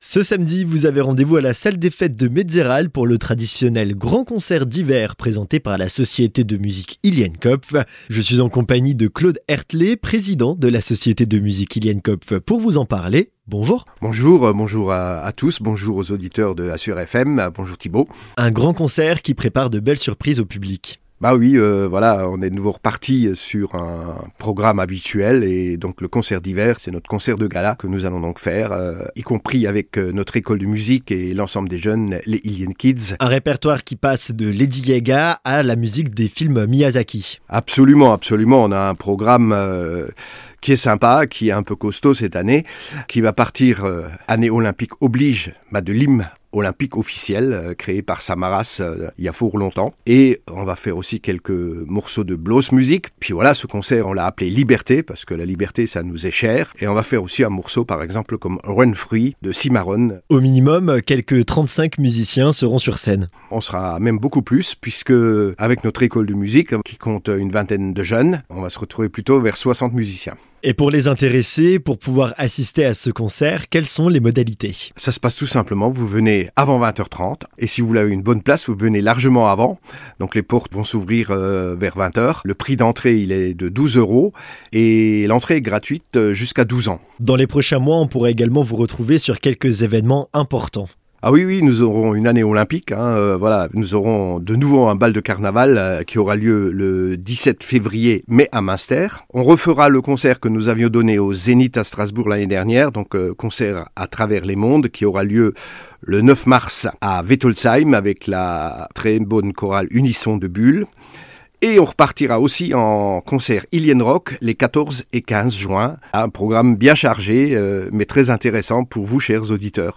Ce samedi, vous avez rendez-vous à la salle des fêtes de Metzeral pour le traditionnel grand concert d'hiver présenté par la société de musique Ilienkopf. Je suis en compagnie de Claude Hertlé, président de la société de musique Ilienkopf, pour vous en parler. Bonjour. Bonjour à tous, bonjour aux auditeurs de Assur FM, bonjour Thibaut. Un grand concert qui prépare de belles surprises au public. Bah oui, voilà, on est de nouveau reparti sur un programme habituel et donc le concert d'hiver, c'est notre concert de gala que nous allons donc faire, y compris avec notre école de musique et l'ensemble des jeunes, les Ilien Kids. Un répertoire qui passe de Lady Gaga à la musique des films Miyazaki. Absolument, on a un programme qui est sympa, qui est un peu costaud cette année, qui va partir année olympique oblige, de l'hymne olympique officiel créé par Samaras il y a fort longtemps. Et on va faire aussi quelques morceaux de blues music. Puis voilà, ce concert, on l'a appelé Liberté, parce que la liberté, ça nous est cher. Et on va faire aussi un morceau, par exemple, comme Run Free de Cimarron. Au minimum, quelques 35 musiciens seront sur scène. On sera même beaucoup plus, puisque avec notre école de musique, qui compte une vingtaine de jeunes, on va se retrouver plutôt vers 60 musiciens. Et pour les intéressés, pour pouvoir assister à ce concert, quelles sont les modalités ? Ça se passe tout simplement, vous venez avant 20h30 et si vous voulez une bonne place, vous venez largement avant. Donc les portes vont s'ouvrir vers 20h. Le prix d'entrée, il est de 12 € et l'entrée est gratuite jusqu'à 12 ans. Dans les prochains mois, on pourra également vous retrouver sur quelques événements importants. Ah oui, nous aurons une année olympique. Voilà, nous aurons de nouveau un bal de carnaval qui aura lieu le 17 février, mais à Münster. On refera le concert que nous avions donné au Zénith à Strasbourg l'année dernière, donc concert à travers les mondes, qui aura lieu le 9 mars à Wettolsheim avec la très bonne chorale Unisson de Bulle. Et on repartira aussi en concert Ilien Rock les 14 et 15 juin. Un programme bien chargé, mais très intéressant pour vous, chers auditeurs.